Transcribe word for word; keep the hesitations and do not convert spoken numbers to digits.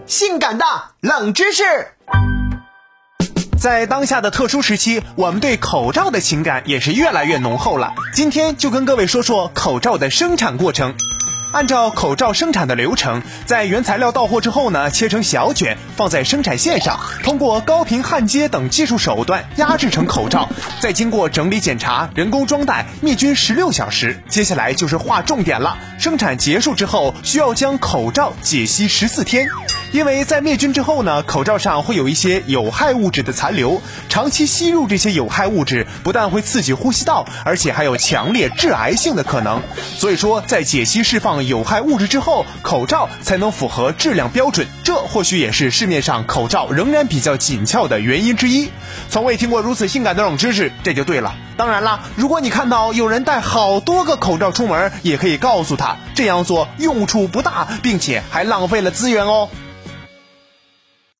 性感的冷知识。 在当下的特殊时期，我们对口罩的情感也是越来越浓厚了。今天就跟各位说说口罩的生产过程。按照口罩生产的流程，在原材料到货之后呢，切成小卷放在生产线上，通过高频焊接等技术手段压制成口罩，再经过整理检查、人工装袋、灭菌十六小时。接下来就是划重点了，生产结束之后需要将口罩解析十四天。因为在灭菌之后呢，口罩上会有一些有害物质的残留，长期吸入这些有害物质不但会刺激呼吸道，而且还有强烈致癌性的可能。所以说在解析释放有害物质之后，口罩才能符合质量标准，这或许也是市面上口罩仍然比较紧俏的原因之一。从未听过如此性感的冷知识，这就对了。当然啦，如果你看到有人戴好多个口罩出门，也可以告诉他这样做用处不大，并且还浪费了资源哦。